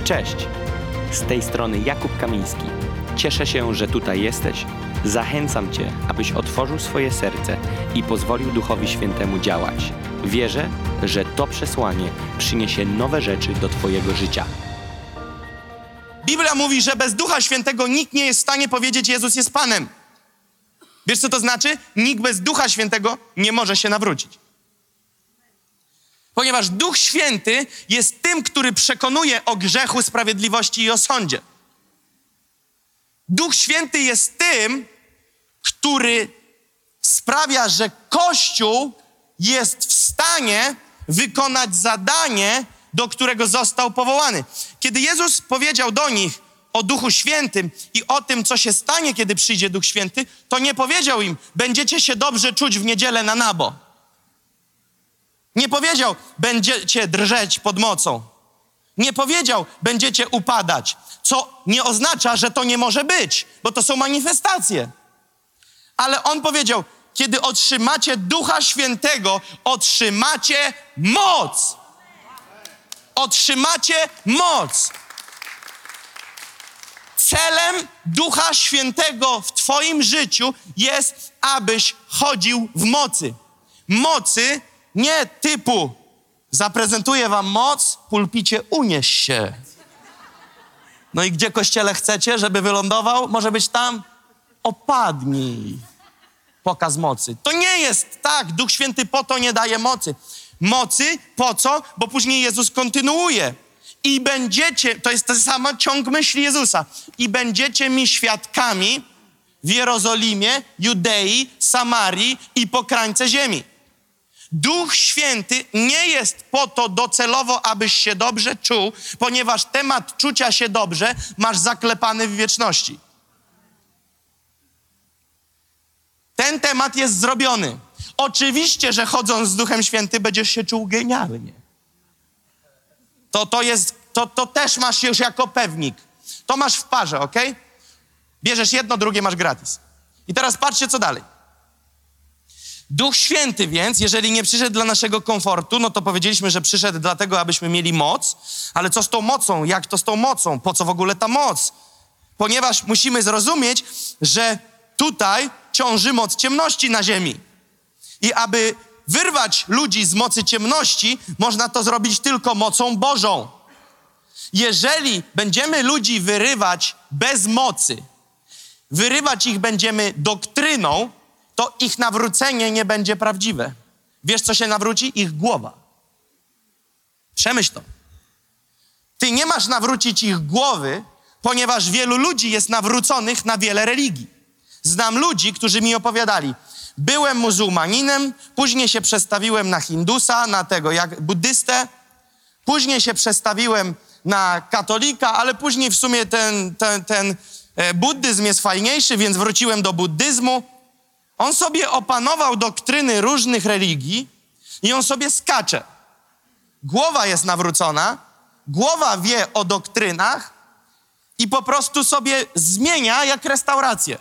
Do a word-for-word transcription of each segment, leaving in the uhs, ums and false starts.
Cześć, z tej strony Jakub Kamiński. Cieszę się, że tutaj jesteś. Zachęcam Cię, abyś otworzył swoje serce i pozwolił Duchowi Świętemu działać. Wierzę, że to przesłanie przyniesie nowe rzeczy do Twojego życia. Biblia mówi, że bez Ducha Świętego nikt nie jest w stanie powiedzieć, Jezus jest Panem. Wiesz, co to znaczy? Nikt bez Ducha Świętego nie może się nawrócić. Ponieważ Duch Święty jest tym, który przekonuje o grzechu, sprawiedliwości i o sądzie. Duch Święty jest tym, który sprawia, że Kościół jest w stanie wykonać zadanie, do którego został powołany. Kiedy Jezus powiedział do nich o Duchu Świętym i o tym, co się stanie, kiedy przyjdzie Duch Święty, to nie powiedział im, będziecie się dobrze czuć w niedzielę na nabo. Nie powiedział, będziecie drżeć pod mocą. Nie powiedział, będziecie upadać, co nie oznacza, że to nie może być, bo to są manifestacje. Ale on powiedział, kiedy otrzymacie Ducha Świętego, otrzymacie moc. Otrzymacie moc. Celem Ducha Świętego w twoim życiu jest, abyś chodził w mocy. Mocy nie typu zaprezentuję wam moc, pulpicie unieś się. No i gdzie, Kościele, chcecie, żeby wylądował? Może być tam? Opadnij. Pokaz mocy. To nie jest tak. Duch Święty po to nie daje mocy. Mocy po co? Bo później Jezus kontynuuje. I będziecie, to jest ten sam ciąg myśli Jezusa, i będziecie mi świadkami w Jerozolimie, Judei, Samarii i po krańce ziemi. Duch Święty nie jest po to docelowo, abyś się dobrze czuł, ponieważ temat czucia się dobrze masz zaklepany w wieczności. Ten temat jest zrobiony. Oczywiście, że chodząc z Duchem Świętym będziesz się czuł genialnie. To, to, jest, to, to też masz już jako pewnik. To masz w parze, ok? Bierzesz jedno, drugie masz gratis. I teraz patrzcie, co dalej. Duch Święty więc, jeżeli nie przyszedł dla naszego komfortu, no to powiedzieliśmy, że przyszedł dlatego, abyśmy mieli moc. Ale co z tą mocą? Jak to z tą mocą? Po co w ogóle ta moc? Ponieważ musimy zrozumieć, że tutaj ciąży moc ciemności na ziemi. I aby wyrwać ludzi z mocy ciemności, można to zrobić tylko mocą Bożą. Jeżeli będziemy ludzi wyrywać bez mocy, wyrywać ich będziemy doktryną, to ich nawrócenie nie będzie prawdziwe. Wiesz, co się nawróci? Ich głowa. Przemyśl to. Ty nie masz nawrócić ich głowy, ponieważ wielu ludzi jest nawróconych na wiele religii. Znam ludzi, którzy mi opowiadali, byłem muzułmaninem, później się przestawiłem na hindusa, na tego jak buddystę, później się przestawiłem na katolika, ale później w sumie ten, ten, ten e, buddyzm jest fajniejszy, więc wróciłem do buddyzmu. On sobie opanował doktryny różnych religii i on sobie skacze. Głowa jest nawrócona, głowa wie o doktrynach i po prostu sobie zmienia jak restaurację.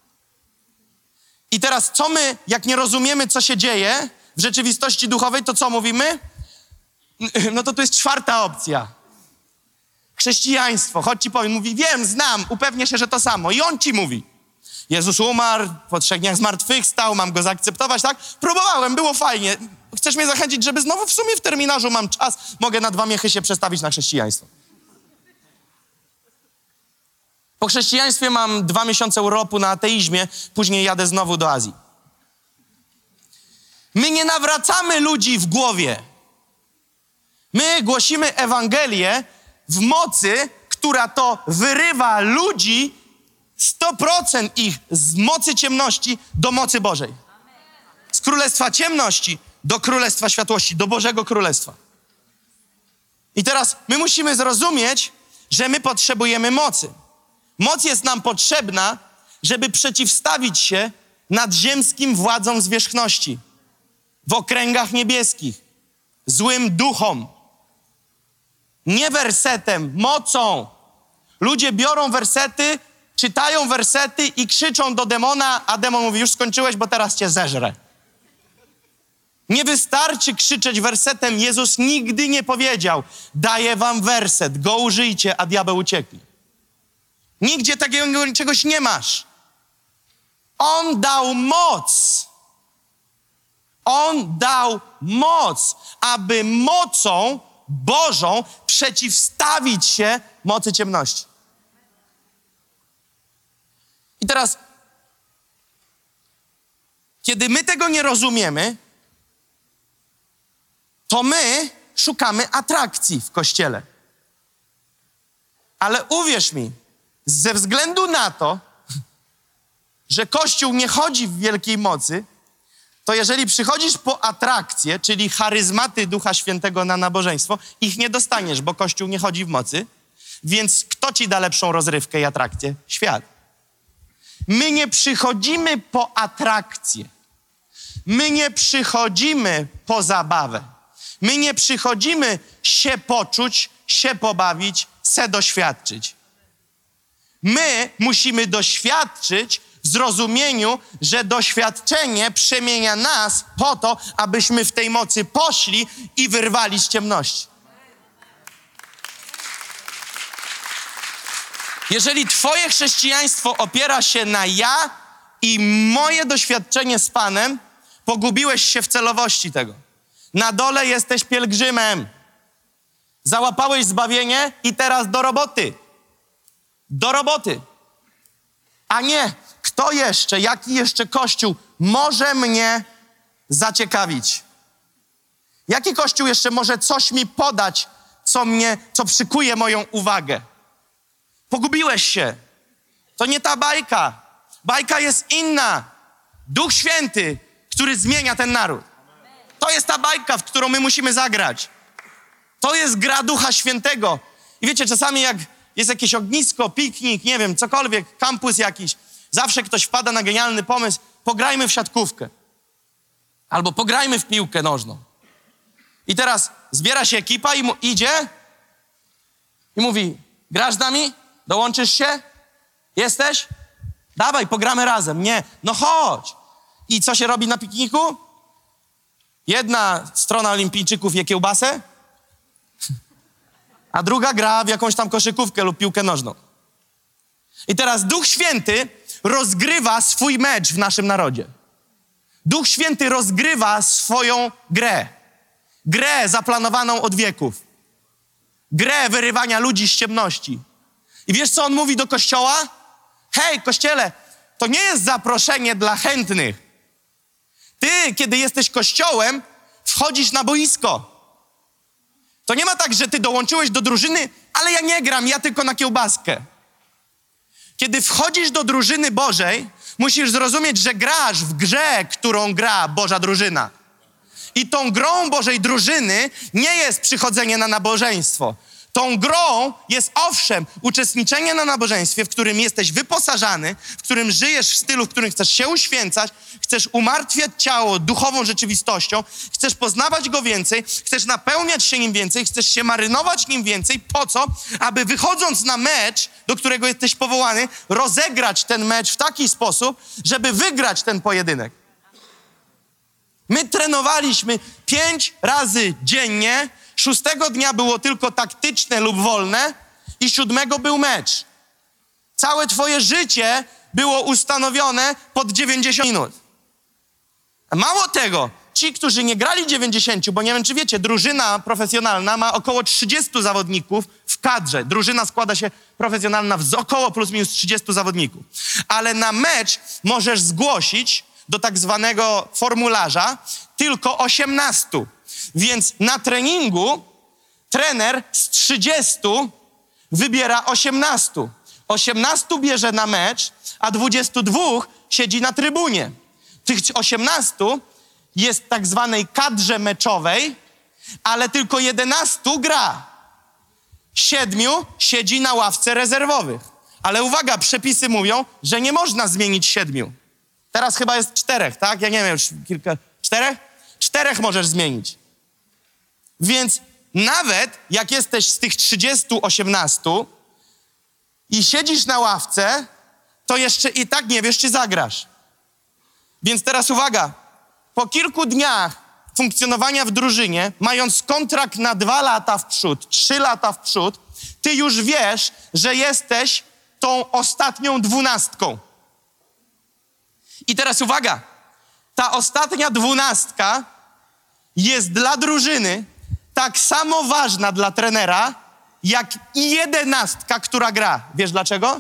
I teraz co my, jak nie rozumiemy, co się dzieje w rzeczywistości duchowej, to co mówimy? No to tu jest czwarta opcja. Chrześcijaństwo. Chodź ci powiem. Mówi, wiem, znam, upewnię się, że to samo. I on ci mówi. Jezus umarł, po trzech dniach zmartwychwstał, mam go zaakceptować, tak? Próbowałem, było fajnie. Chcesz mnie zachęcić, żeby znowu w sumie w terminarzu mam czas, mogę na dwa miechy się przestawić na chrześcijaństwo. Po chrześcijaństwie mam dwa miesiące urlopu na ateizmie, później jadę znowu do Azji. My nie nawracamy ludzi w głowie. My głosimy Ewangelię w mocy, która to wyrywa ludzi, sto procent ich z mocy ciemności do mocy Bożej. Z królestwa ciemności do królestwa światłości, do Bożego Królestwa. I teraz my musimy zrozumieć, że my potrzebujemy mocy. Moc jest nam potrzebna, żeby przeciwstawić się nadziemskim władzom zwierzchności w okręgach niebieskich, złym duchom. Nie wersetem, mocą. Ludzie biorą wersety, czytają wersety i krzyczą do demona, a demon mówi, już skończyłeś, bo teraz cię zeżrę. Nie wystarczy krzyczeć wersetem. Jezus nigdy nie powiedział: daję wam werset, go użyjcie, a diabeł ucieknie. Nigdzie takiego czegoś nie masz. On dał moc. On dał moc, aby mocą Bożą przeciwstawić się mocy ciemności. I teraz, kiedy my tego nie rozumiemy, to my szukamy atrakcji w Kościele. Ale uwierz mi, ze względu na to, że Kościół nie chodzi w wielkiej mocy, to jeżeli przychodzisz po atrakcję, czyli charyzmaty Ducha Świętego na nabożeństwo, ich nie dostaniesz, bo Kościół nie chodzi w mocy, więc kto ci da lepszą rozrywkę i atrakcję? Świat. My nie przychodzimy po atrakcję. My nie przychodzimy po zabawę. My nie przychodzimy się poczuć, się pobawić, se doświadczyć. My musimy doświadczyć w zrozumieniu, że doświadczenie przemienia nas po to, abyśmy w tej mocy poszli i wyrwali z ciemności. Jeżeli twoje chrześcijaństwo opiera się na ja i moje doświadczenie z Panem, pogubiłeś się w celowości tego. Na dole jesteś pielgrzymem. Załapałeś zbawienie i teraz do roboty. Do roboty. A nie, kto jeszcze, jaki jeszcze Kościół może mnie zaciekawić? Jaki Kościół jeszcze może coś mi podać, co mnie, co przykuje moją uwagę? Pogubiłeś się. To nie ta bajka. Bajka jest inna. Duch Święty, który zmienia ten naród. To jest ta bajka, w którą my musimy zagrać. To jest gra Ducha Świętego. I wiecie, czasami jak jest jakieś ognisko, piknik, nie wiem, cokolwiek, kampus jakiś, zawsze ktoś wpada na genialny pomysł: pograjmy w siatkówkę. Albo pograjmy w piłkę nożną. I teraz zbiera się ekipa i mu idzie i mówi: grasz z nami? Dołączysz się? Jesteś? Dawaj, pogramy razem. Nie, no chodź. I co się robi na pikniku? Jedna strona olimpijczyków je kiełbasę, a druga gra w jakąś tam koszykówkę lub piłkę nożną. I teraz Duch Święty rozgrywa swój mecz w naszym narodzie. Duch Święty rozgrywa swoją grę. Grę zaplanowaną od wieków. Grę wyrywania ludzi z ciemności. I wiesz, co on mówi do Kościoła? Hej, Kościele, to nie jest zaproszenie dla chętnych. Ty, kiedy jesteś Kościołem, wchodzisz na boisko. To nie ma tak, że ty dołączyłeś do drużyny, ale ja nie gram, ja tylko na kiełbaskę. Kiedy wchodzisz do drużyny Bożej, musisz zrozumieć, że grasz w grze, którą gra Boża drużyna. I tą grą Bożej drużyny nie jest przychodzenie na nabożeństwo. Tą grą jest, owszem, uczestniczenie na nabożeństwie, w którym jesteś wyposażany, w którym żyjesz w stylu, w którym chcesz się uświęcać, chcesz umartwiać ciało duchową rzeczywistością, chcesz poznawać Go więcej, chcesz napełniać się Nim więcej, chcesz się marynować Nim więcej. Po co? Aby wychodząc na mecz, do którego jesteś powołany, rozegrać ten mecz w taki sposób, żeby wygrać ten pojedynek. My trenowaliśmy pięć razy dziennie, szóstego dnia było tylko taktyczne lub wolne i siódmego był mecz. Całe twoje życie było ustanowione pod dziewięćdziesiąt minut. A mało tego, ci, którzy nie grali dziewięćdziesiąt, bo nie wiem, czy wiecie, drużyna profesjonalna ma około trzydziestu zawodników w kadrze. Drużyna składa się profesjonalna z około plus minus trzydziestu zawodników. Ale na mecz możesz zgłosić do tak zwanego formularza tylko osiemnastu. Więc na treningu trener z trzydziestu wybiera osiemnastu. osiemnastu bierze na mecz, a dwudziestu dwóch siedzi na trybunie. Tych osiemnastu jest w tak zwanej kadrze meczowej, ale tylko jedenastu gra. Siedmiu siedzi na ławce rezerwowych. Ale uwaga, przepisy mówią, że nie można zmienić siedmiu. Teraz chyba jest czterech, tak? Ja nie wiem, już kilka... Czterech? Czterech możesz zmienić. Więc nawet jak jesteś z tych trzydziestu osiemnastu i siedzisz na ławce, to jeszcze i tak nie wiesz, czy zagrasz. Więc teraz uwaga, po kilku dniach funkcjonowania w drużynie, mając kontrakt na dwa lata w przód, trzy lata w przód, ty już wiesz, że jesteś tą ostatnią dwunastką. I teraz uwaga, ta ostatnia dwunastka jest dla drużyny tak samo ważna dla trenera, jak i jedenastka, która gra. Wiesz dlaczego?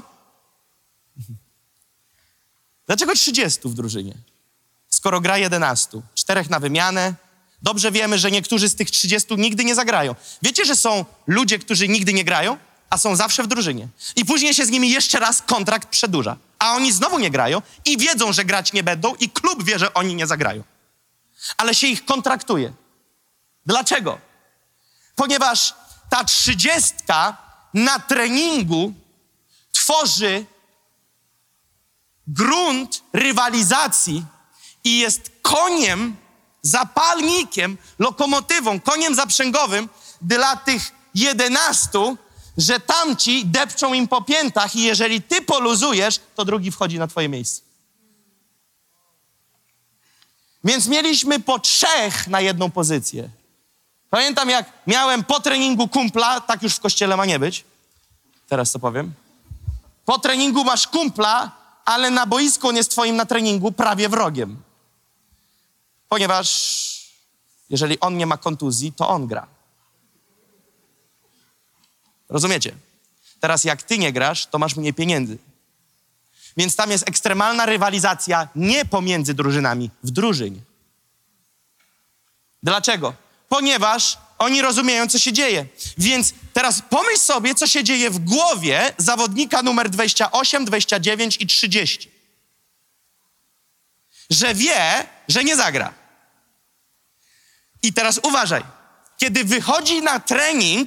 Dlaczego trzydziestu w drużynie? Skoro gra jedenastu, czterech na wymianę. Dobrze wiemy, że niektórzy z tych trzydziestu nigdy nie zagrają. Wiecie, że są ludzie, którzy nigdy nie grają, a są zawsze w drużynie. I później się z nimi jeszcze raz kontrakt przedłuża. A oni znowu nie grają i wiedzą, że grać nie będą i klub wie, że oni nie zagrają. Ale się ich kontraktuje. Dlaczego? Ponieważ ta trzydziestka na treningu tworzy grunt rywalizacji i jest koniem, zapalnikiem, lokomotywą, koniem zaprzęgowym dla tych jedenastu, że tamci depczą im po piętach i jeżeli ty poluzujesz, to drugi wchodzi na twoje miejsce. Więc mieliśmy po trzech na jedną pozycję. Pamiętam, jak miałem po treningu kumpla, tak już w kościele ma nie być, teraz co powiem. Po treningu masz kumpla, ale na boisku on jest twoim na treningu prawie wrogiem. Ponieważ jeżeli on nie ma kontuzji, to on gra. Rozumiecie? Teraz jak ty nie grasz, to masz mniej pieniędzy. Więc tam jest ekstremalna rywalizacja nie pomiędzy drużynami, w drużynie. Dlaczego? Ponieważ oni rozumieją, co się dzieje. Więc teraz pomyśl sobie, co się dzieje w głowie zawodnika numer dwadzieścia osiem, dwadzieścia dziewięć i trzydzieści. Że wie, że nie zagra. I teraz uważaj. Kiedy wychodzi na trening,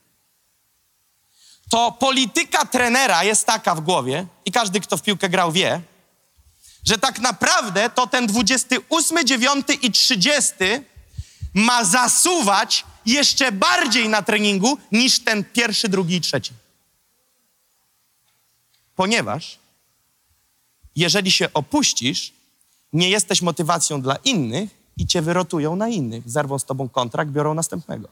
to polityka trenera jest taka w głowie, i każdy, kto w piłkę grał, wie, że tak naprawdę to ten dwudziesty ósmy, dziewiąty i trzydziesty ma zasuwać jeszcze bardziej na treningu niż ten pierwszy, drugi i trzeci. Ponieważ jeżeli się opuścisz, nie jesteś motywacją dla innych i cię wyrotują na innych. Zerwą z tobą kontrakt, biorą następnego.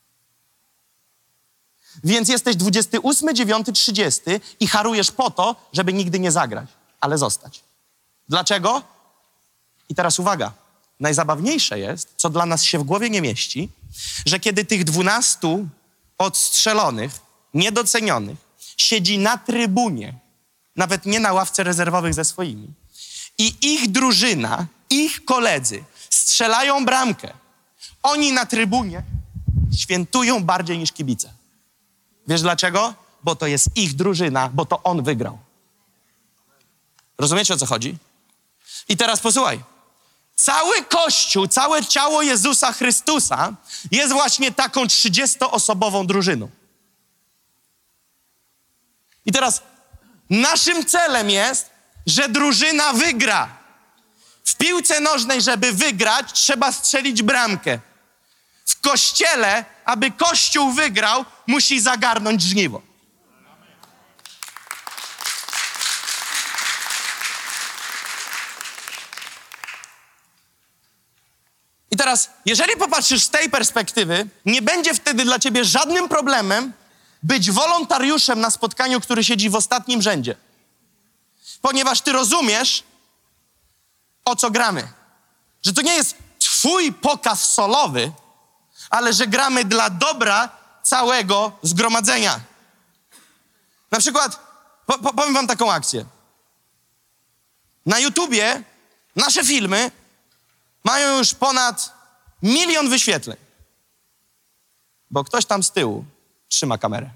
Więc jesteś dwudziesty ósmy, dziewiąty, trzydziesty i harujesz po to, żeby nigdy nie zagrać, ale zostać. Dlaczego? I teraz uwaga. Najzabawniejsze jest, co dla nas się w głowie nie mieści, że kiedy tych dwunastu odstrzelonych, niedocenionych, siedzi na trybunie, nawet nie na ławce rezerwowych ze swoimi, i ich drużyna, ich koledzy strzelają bramkę, oni na trybunie świętują bardziej niż kibice. Wiesz dlaczego? Bo to jest ich drużyna, bo to on wygrał. Rozumiecie, o co chodzi? I teraz posłuchaj. Cały Kościół, całe ciało Jezusa Chrystusa jest właśnie taką trzydziestoosobową drużyną. I teraz naszym celem jest, że drużyna wygra. W piłce nożnej, żeby wygrać, trzeba strzelić bramkę. W Kościele, aby Kościół wygrał, musi zagarnąć żniwo. I teraz, jeżeli popatrzysz z tej perspektywy, nie będzie wtedy dla ciebie żadnym problemem być wolontariuszem na spotkaniu, który siedzi w ostatnim rzędzie. Ponieważ ty rozumiesz, o co gramy. Że to nie jest twój pokaz solowy, ale że gramy dla dobra całego zgromadzenia. Na przykład, po, po, powiem wam taką akcję. Na YouTubie nasze filmy mają już ponad milion wyświetleń. Bo ktoś tam z tyłu trzyma kamerę.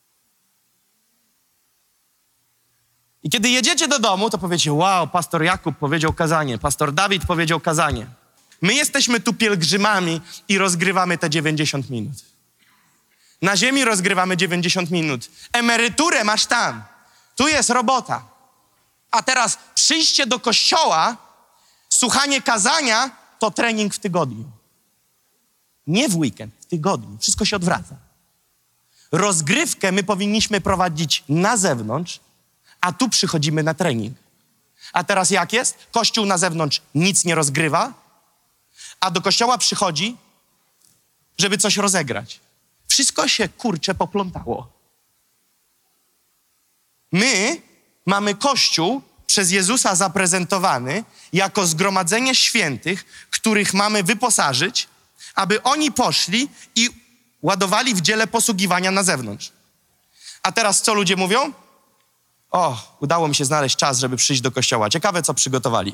I kiedy jedziecie do domu, to powiecie, wow, pastor Jakub powiedział kazanie, pastor Dawid powiedział kazanie. My jesteśmy tu pielgrzymami i rozgrywamy te dziewięćdziesiąt minut. Na ziemi rozgrywamy dziewięćdziesiąt minut. Emeryturę masz tam. Tu jest robota. A teraz przyjście do kościoła, słuchanie kazania to trening w tygodniu. Nie w weekend, w tygodniu. Wszystko się odwraca. Rozgrywkę my powinniśmy prowadzić na zewnątrz, a tu przychodzimy na trening. A teraz jak jest? Kościół na zewnątrz nic nie rozgrywa, a do kościoła przychodzi, żeby coś rozegrać. Wszystko się, kurczę, poplątało. My mamy Kościół przez Jezusa zaprezentowany jako zgromadzenie świętych, których mamy wyposażyć, aby oni poszli i ładowali w dziele posługiwania na zewnątrz. A teraz co ludzie mówią? O, udało mi się znaleźć czas, żeby przyjść do kościoła. Ciekawe, co przygotowali.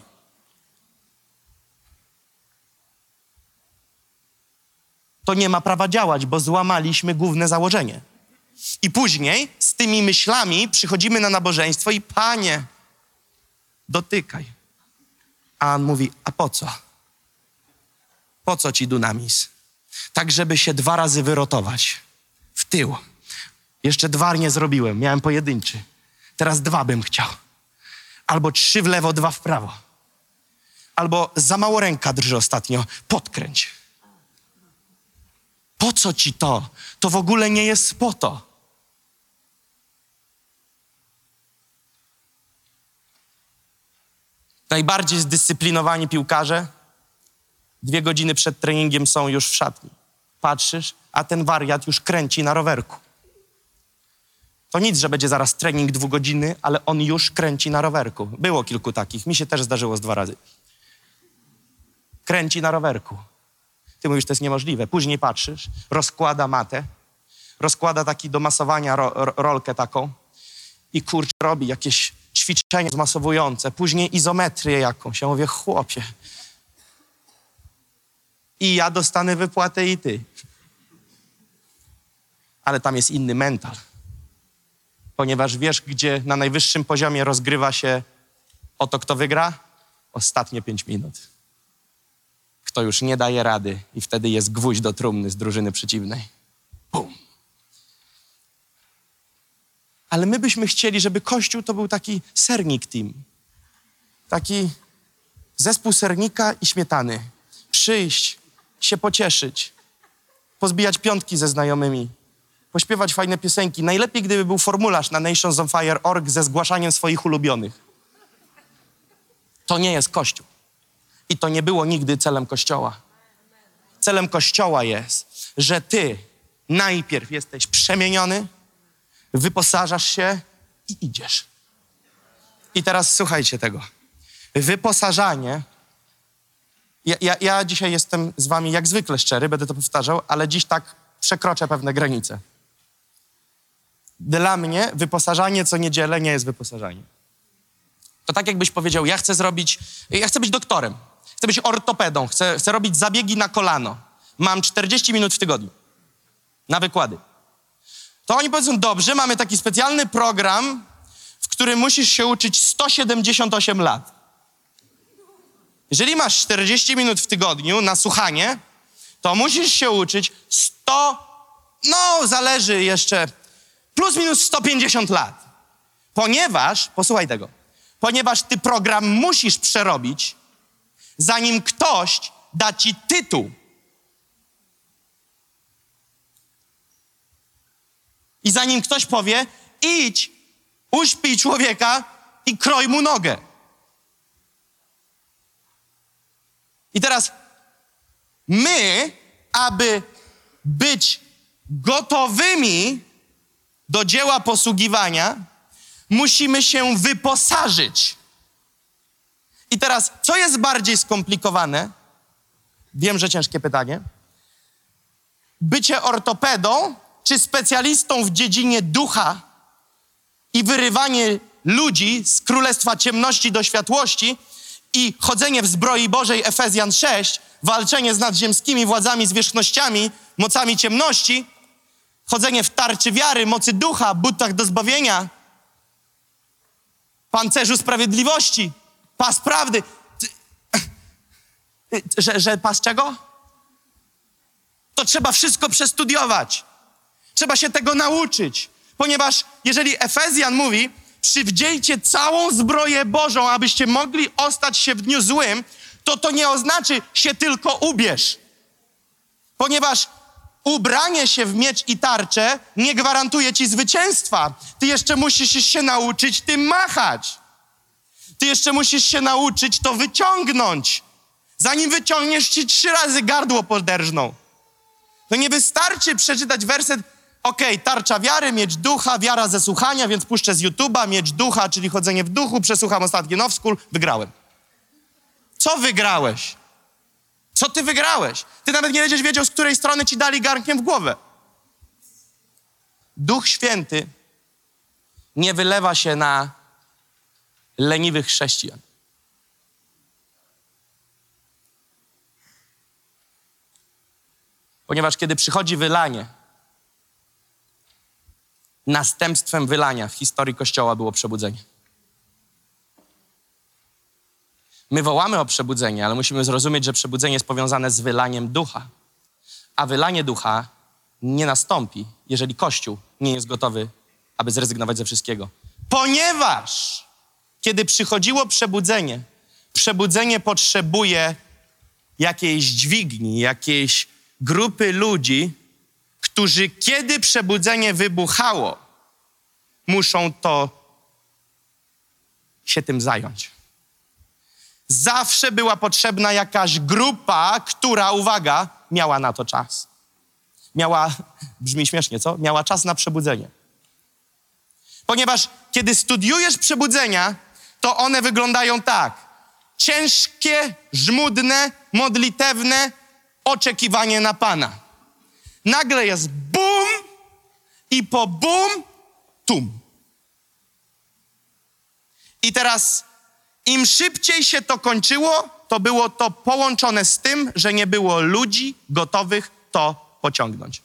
To nie ma prawa działać, bo złamaliśmy główne założenie. I później z tymi myślami przychodzimy na nabożeństwo i Panie, dotykaj. A on mówi, a po co? Po co ci dunamis? Tak, żeby się dwa razy wyrotować. W tył. Jeszcze dwa nie zrobiłem, miałem pojedynczy. Teraz dwa bym chciał. Albo trzy w lewo, dwa w prawo. Albo za mało ręka drży ostatnio, podkręć. Po co ci to? To w ogóle nie jest po to. Najbardziej zdyscyplinowani piłkarze dwie godziny przed treningiem są już w szatni. Patrzysz, a ten wariat już kręci na rowerku. To nic, że będzie zaraz trening dwu godziny, ale on już kręci na rowerku. Było kilku takich, mi się też zdarzyło z dwa razy. Kręci na rowerku. Ty mówisz, to jest niemożliwe. Później patrzysz, rozkłada matę, rozkłada taki do masowania ro, ro, rolkę taką i kurczę robi jakieś ćwiczenia zmasowujące, później izometrię jakąś. Ja mówię, chłopie. I ja dostanę wypłatę i ty. Ale tam jest inny mental. Ponieważ wiesz, gdzie na najwyższym poziomie rozgrywa się o to, kto wygra? Ostatnie pięć minut. Kto już nie daje rady i wtedy jest gwóźdź do trumny z drużyny przeciwnej. Bum. Ale my byśmy chcieli, żeby Kościół to był taki sernik team. Taki zespół sernika i śmietany. Przyjść, się pocieszyć, pozbijać piątki ze znajomymi, pośpiewać fajne piosenki. Najlepiej, gdyby był formularz na nations on fire kropka org ze zgłaszaniem swoich ulubionych. To nie jest Kościół. I to nie było nigdy celem Kościoła. Celem Kościoła jest, że ty najpierw jesteś przemieniony, wyposażasz się i idziesz. I teraz słuchajcie tego. Wyposażanie. Ja, ja, ja dzisiaj jestem z wami jak zwykle szczery, będę to powtarzał, ale dziś tak przekroczę pewne granice. Dla mnie wyposażanie co niedzielę nie jest wyposażanie. To tak jakbyś powiedział, ja chcę zrobić, ja chcę być doktorem, chcę być ortopedą, chcę, chcę robić zabiegi na kolano. Mam czterdzieści minut w tygodniu na wykłady. To oni powiedzą, dobrze, mamy taki specjalny program, w którym musisz się uczyć sto siedemdziesiąt osiem lat. Jeżeli masz czterdzieści minut w tygodniu na słuchanie, to musisz się uczyć sto, no zależy jeszcze, plus minus sto pięćdziesiąt lat. Ponieważ, posłuchaj tego, ponieważ ty program musisz przerobić, zanim ktoś da ci tytuł. I zanim ktoś powie, idź, uśpij człowieka i kroj mu nogę. I teraz my, aby być gotowymi do dzieła posługiwania, musimy się wyposażyć. I teraz, co jest bardziej skomplikowane? Wiem, że ciężkie pytanie. Bycie ortopedą czy specjalistą w dziedzinie ducha i wyrywanie ludzi z królestwa ciemności do światłości i chodzenie w zbroi Bożej, Efezjan sześć, walczenie z nadziemskimi władzami, zwierzchnościami, mocami ciemności, chodzenie w tarczy wiary, mocy ducha, butach do zbawienia, pancerzu sprawiedliwości, pas prawdy. Że, że pas czego? To trzeba wszystko przestudiować. Trzeba się tego nauczyć. Ponieważ jeżeli Efezjan mówi, przywdziejcie całą zbroję Bożą, abyście mogli ostać się w dniu złym, to to nie oznacza się tylko ubierz. Ponieważ ubranie się w miecz i tarczę nie gwarantuje ci zwycięstwa. Ty jeszcze musisz się nauczyć tym machać. Ty jeszcze musisz się nauczyć to wyciągnąć. Zanim wyciągniesz, ci trzy razy gardło poderżną. To nie wystarczy przeczytać werset, okej, okay, tarcza wiary, miecz ducha, wiara ze słuchania, więc puszczę z YouTube'a, miecz ducha, czyli chodzenie w duchu, przesłucham ostatni Now School, wygrałem. Co wygrałeś? Co ty wygrałeś? Ty nawet nie będziesz wiedział, z której strony ci dali garnkiem w głowę. Duch Święty nie wylewa się na leniwych chrześcijan. Ponieważ kiedy przychodzi wylanie, następstwem wylania w historii Kościoła było przebudzenie. My wołamy o przebudzenie, ale musimy zrozumieć, że przebudzenie jest powiązane z wylaniem ducha. A wylanie ducha nie nastąpi, jeżeli Kościół nie jest gotowy, aby zrezygnować ze wszystkiego. Ponieważ kiedy przychodziło przebudzenie, przebudzenie potrzebuje jakiejś dźwigni, jakiejś grupy ludzi, którzy kiedy przebudzenie wybuchało, muszą to się tym zająć. Zawsze była potrzebna jakaś grupa, która, uwaga, miała na to czas. Miała, brzmi śmiesznie, co? Miała czas na przebudzenie. Ponieważ kiedy studiujesz przebudzenia, to one wyglądają tak. Ciężkie, żmudne, modlitewne oczekiwanie na Pana. Nagle jest bum i po bum, tum. I teraz im szybciej się to kończyło, to było to połączone z tym, że nie było ludzi gotowych to pociągnąć.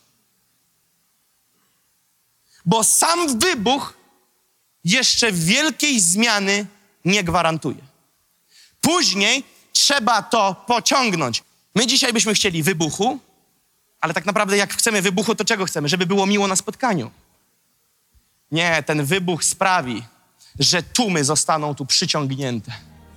Bo sam wybuch jeszcze wielkiej zmiany nie gwarantuje. Później trzeba to pociągnąć. My dzisiaj byśmy chcieli wybuchu, ale tak naprawdę jak chcemy wybuchu, to czego chcemy? Żeby było miło na spotkaniu. Nie, ten wybuch sprawi, że tłumy zostaną tu przyciągnięte.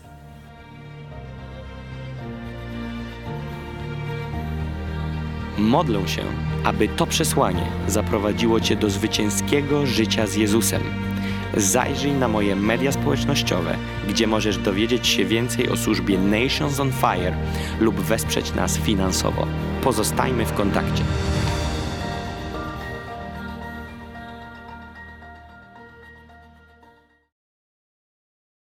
Modlę się, aby to przesłanie zaprowadziło Cię do zwycięskiego życia z Jezusem. Zajrzyj na moje media społecznościowe, gdzie możesz dowiedzieć się więcej o służbie Nations on Fire lub wesprzeć nas finansowo. Pozostajmy w kontakcie.